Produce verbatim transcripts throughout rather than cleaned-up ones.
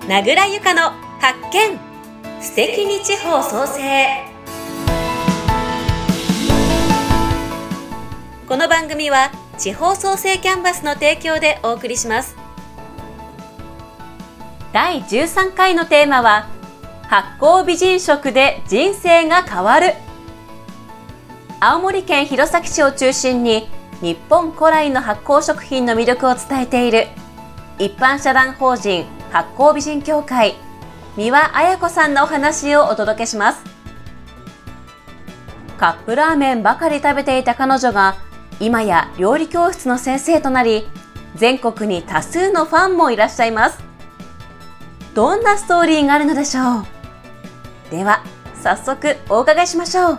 名倉由香の発見。素敵に地方創生。この番組は地方創生キャンバスの提供でお送りします。だいじゅうさんかいのテーマは、発酵美人食で人生が変わる。青森県弘前市を中心に日本古来の発酵食品の魅力を伝えている一般社団法人発酵美人協会三輪綾子さんのお話をお届けします。カップラーメンばかり食べていた彼女が今や料理教室の先生となり、全国に多数のファンもいらっしゃいます。どんなストーリーがあるのでしょう。では早速お伺いしましょう。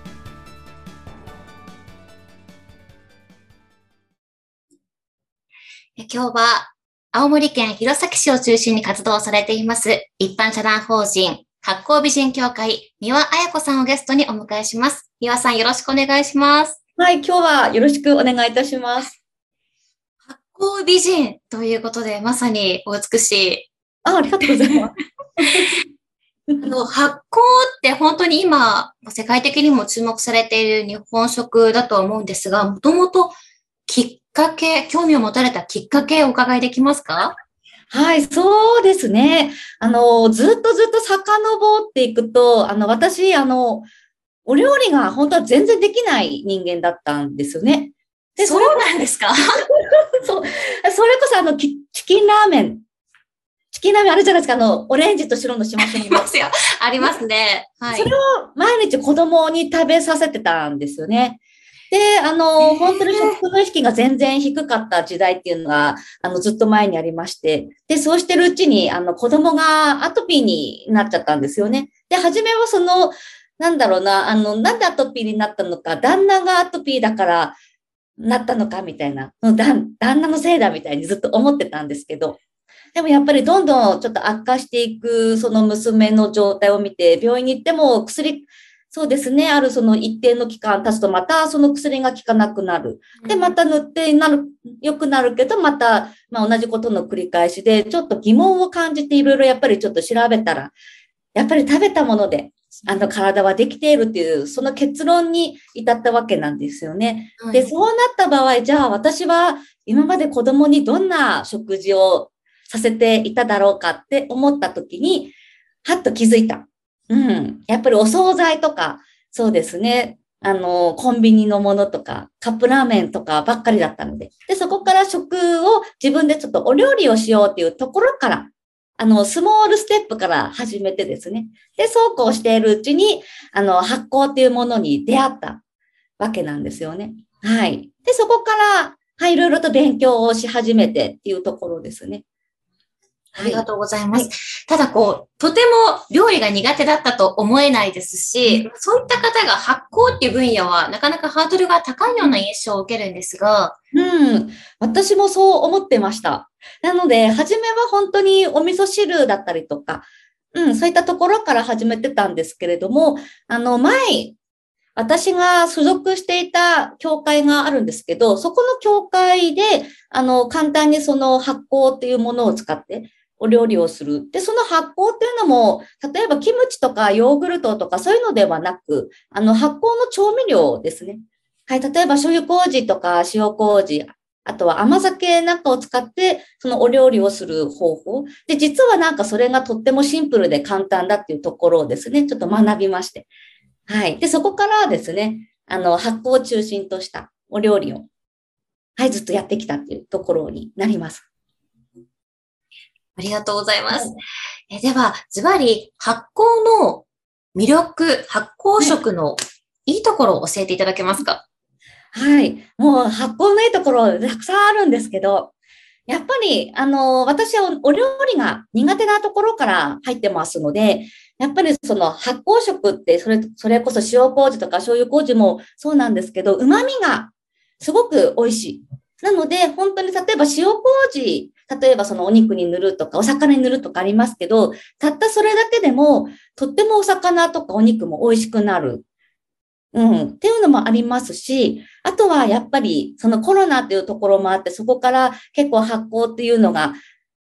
今日は青森県弘前市を中心に活動されています一般社団法人発酵美人協会三輪綾子さんをゲストにお迎えします。三輪さん、よろしくお願いします。 はい、今日はよろしくお願いいたします。 発酵美人ということで、まさにお美しい。 あ、ありがとうございます。 あの発酵って本当に今世界的にも注目されている日本食だと思うんですが、もともときっかけ、興味を持たれたきっかけをお伺いできますか？ はい、そうですね。あの、ずっとずっと遡っていくと、あの、私、あの、お料理が本当は全然できない人間だったんですよね。 で、そうなんですか？ そう。それこそあの、チキンラーメン。チキンラーメンあるじゃないですか。あの、オレンジと白のしましょう。 ありますよ。ありますね。 はい。それを毎日子供に食べさせてたんですよね。で、あの、本当に食の意識が全然低かった時代っていうのが、あの、ずっと前にありまして、で、そうしてるうちに、あの、子供がアトピーになっちゃったんですよね。で、初めはその、なんだろうな、あの、なんでアトピーになったのか、旦那がアトピーだからなったのかみたいな、旦那のせいだみたいにずっと思ってたんですけど、でもやっぱりどんどんちょっと悪化していくその娘の状態を見て、病院に行っても薬、そうですね、あるその一定の期間経つとまたその薬が効かなくなる。で、また塗ってなる、良くなるけど、また、まあ、同じことの繰り返しで、ちょっと疑問を感じていろいろやっぱりちょっと調べたら、やっぱり食べたもので、あの体はできているっていう、その結論に至ったわけなんですよね。はい、で、そうなった場合、じゃあ私は今まで子供にどんな食事をさせていただろうかって思った時に、はっと気づいた。うん。やっぱりお惣菜とか、そうですね。あの、コンビニのものとか、カップラーメンとかばっかりだったので。で、そこから食を自分でちょっとお料理をしようっていうところから、あの、スモールステップから始めてですね。で、そうこうしているうちに、あの、発酵っていうものに出会ったわけなんですよね。はい。で、そこから、はい、いろいろと勉強をし始めてっていうところですね。 ありがとうございます。はい、ただこう、とても料理が苦手だったと思えないですし、うん、そういった方が発酵っていう分野はなかなかハードルが高いような印象を受けるんですが。 うん。私もそう思ってました。なので、初めは本当にお味噌汁だったりとか、うん、そういったところから始めてたんですけれども、あの、前、私が所属していた協会があるんですけど、そこの協会で、あの、簡単にその発酵っていうものを使って、お料理をする。で、その発酵っていうのも、例えばキムチとかヨーグルトとかそういうのではなく、あの発酵の調味料ですね。はい、例えば醤油麹とか塩麹、あとは甘酒なんかを使って、そのお料理をする方法。で、実はなんかそれがとってもシンプルで簡単だっていうところをですね、ちょっと学びまして。はい。で、そこからですね、あの、発酵を中心としたお料理を、はい、ずっとやってきたっていうところになります。 ありがとうございます。えでは、ズバリ、発酵の魅力、発酵食のいいところを教えていただけますか？ はい。もう発酵のいいところたくさんあるんですけど、やっぱり、あの、私はお料理が苦手なところから入ってますので、やっぱりその発酵食って、それ、それこそ塩麹とか醤油麹もそうなんですけど、旨味がすごく美味しい。なので、本当に例えば塩麹、例えばそのお肉に塗るとか、お魚に塗るとかありますけど、たったそれだけでも、とってもお魚とかお肉も美味しくなる。うん。っていうのもありますし、あとはやっぱり、そのコロナっていうところもあって、そこから結構発酵っていうのが、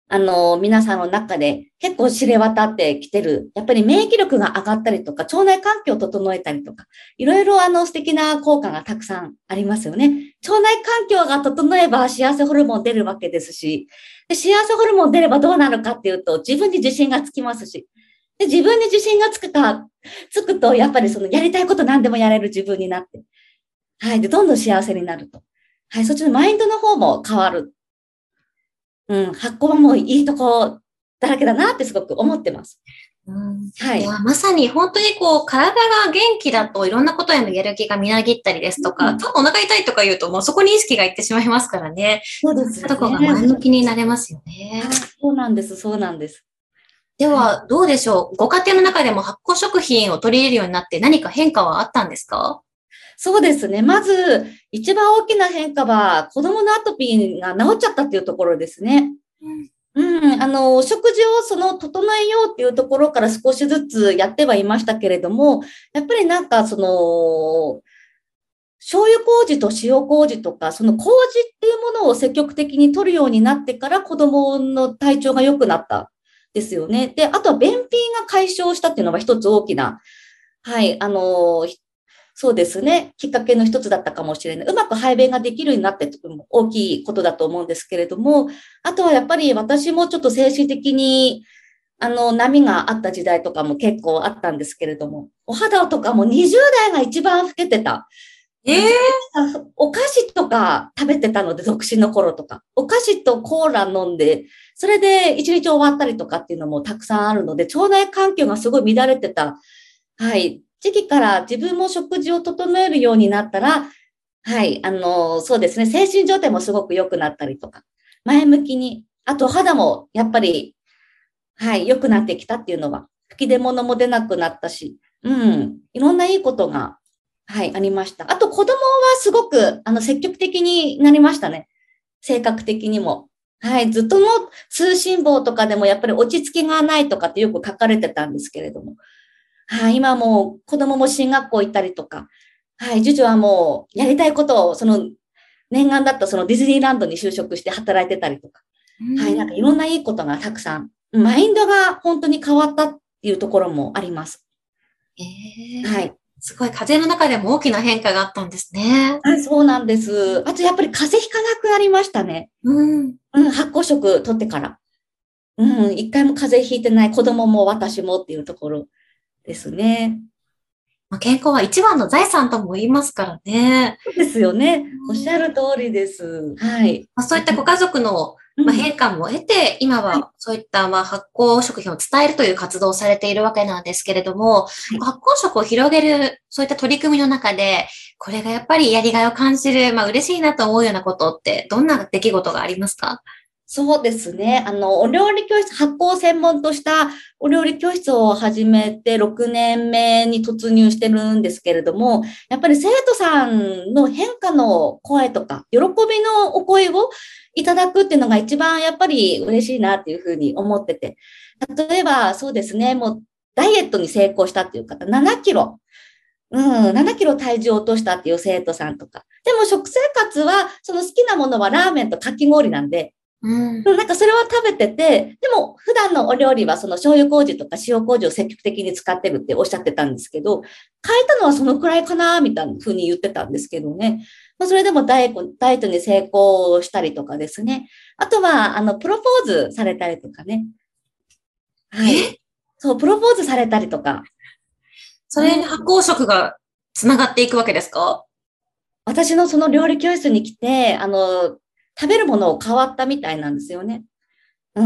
あの、皆さんの中で結構知れ渡ってきてる。やっぱり免疫力が上がったりとか、腸内環境を整えたりとか、いろいろあの素敵な効果がたくさんありますよね。腸内環境が整えば幸せホルモン出るわけですし、で幸せホルモン出ればどうなるかっていうと、自分に自信がつきますし、で自分に自信がつくか、つくと、やっぱりそのやりたいこと何でもやれる自分になって、はい。で、どんどん幸せになると。はい。そっちのマインドの方も変わる。うん。発酵はもういいとこだらけだなってすごく思ってます。 うん、 はい。 いや、まさに本当にこう、体が元気だといろんなことへのやる気がみなぎったりですとか、うん、ちょっとお腹痛いとか言うともうそこに意識がいってしまいますからね。 そうですね。 そういうとこが前向きになれますよね。 そうなんです、そうなんです。 では、どうでしょう。ご家庭の中でも発酵食品を取り入れるようになって何か変化はあったんですか？ そうですね。まず、一番大きな変化は、子供のアトピーが治っちゃったっていうところですね。うん、うん、あの、お食事をその、整えようっていうところから少しずつやってはいましたけれども、やっぱりなんかその、醤油麹と塩麹とか、その麹っていうものを積極的に取るようになってから子供の体調が良くなったですよね。で、あとは便秘が解消したっていうのが一つ大きな、はい、あの、そうですね。きっかけの一つだったかもしれない。うまく排便ができるようになってとても大きいことだと思うんですけれども、あとはやっぱり私もちょっと精神的に、あの、波があった時代とかも結構あったんですけれども、お肌とかもにじゅう代が一番老けてた。 ええー、お菓子とか食べてたので、独身の頃とか。お菓子とコーラ飲んで、それで一日終わったりとかっていうのもたくさんあるので、腸内環境がすごい乱れてた。はい。時期から自分も食事を整えるようになったら、はい、あの、そうですね、精神状態もすごく良くなったりとか、前向きに、あと肌もやっぱり、はい、良くなってきたっていうのは、吹き出物も出なくなったし、うん、いろんないいことが、はい、ありました。あと子供はすごく、あの、積極的になりましたね。性格的にも。はい、ずっとの通信簿とかでもやっぱり落ち着きがないとかってよく書かれてたんですけれども、はい、今もう子供も進学校行ったりとか、はい、次女はもうやりたいことを、その念願だったそのディズニーランドに就職して働いてたりとか、はい、なんかいろんないいことがたくさん、マインドが本当に変わったっていうところもあります。 えー、 はい。 すごい、家庭の中でも大きな変化があったんですね。 はい、そうなんです。あとやっぱり風邪ひかなくなりましたね。 うん。 うん、発酵食取ってから。うん、一回も風邪ひいてない子供も私もっていうところですね。 健康は一番の財産とも言いますからね。 そうですよね。おっしゃる通りです。はい。 まあ、そういったご家族のまあ変化も得て、今はそういったまあ発酵食品を伝えるという活動をされているわけなんですけれども、はい、発酵食を広げるそういった取り組みの中で、これがやっぱりやりがいを感じる、まあ嬉しいなと思うようなことってどんな出来事がありますか？ そうですね。あの、お料理教室、発酵専門としたお料理教室を始めてろくねんめに突入してるんですけれども、やっぱり生徒さんの変化の声とか、喜びのお声をいただくっていうのが一番やっぱり嬉しいなっていうふうに思ってて。例えば、そうですね、もうダイエットに成功したっていう方、ななキロ。うん、ななキロ体重を落としたっていう生徒さんとか。でも食生活は、その好きなものはラーメンとかき氷なんで、うん、なんかそれは食べてて、でも普段のお料理はその醤油麹とか塩麹を積極的に使ってるっておっしゃってたんですけど、変えたのはそのくらいかな、みたいな風に言ってたんですけどね。まあ、それでもダイエットに成功したりとかですね。あとは、あの、プロポーズされたりとかね。はい。そう、プロポーズされたりとか。 それに発酵食がつながっていくわけですか？ 私のその料理教室に来て、あの、食べるものを変わったみたいなんですよね。うん。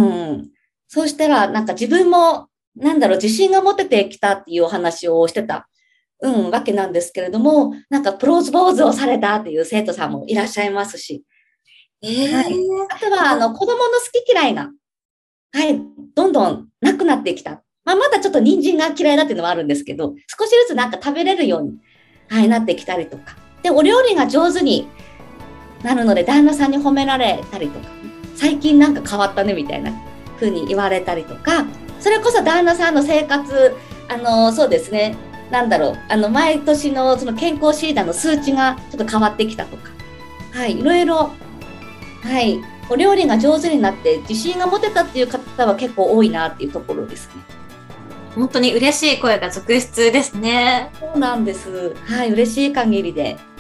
そうしたら、なんか自分も、なんだろう、自信が持ててきたっていうお話をしてた、うん、わけなんですけれども、なんかプロポーズをされたっていう生徒さんもいらっしゃいますし。 えー、 はい。あとは、あの、子供の好き嫌いが、はい、どんどんなくなってきた。まあ、まだちょっと人参が嫌いだっていうのはあるんですけど、少しずつなんか食べれるように、はい、なってきたりとか。で、お料理が上手になるので、旦那さんに褒められたりとか、最近なんか変わったねみたいな風に言われたりとか、それこそ旦那さんの生活、あの、そうですね、なんだろう、あの、毎年のその健康診断の数値がちょっと変わってきたとか、はい、いろいろ、はい、 お料理が上手になって自信が持てたっていう方は結構多いなっていうところですね。 本当に嬉しい声が続出ですね。 そうなんです。はい、嬉しい限りで。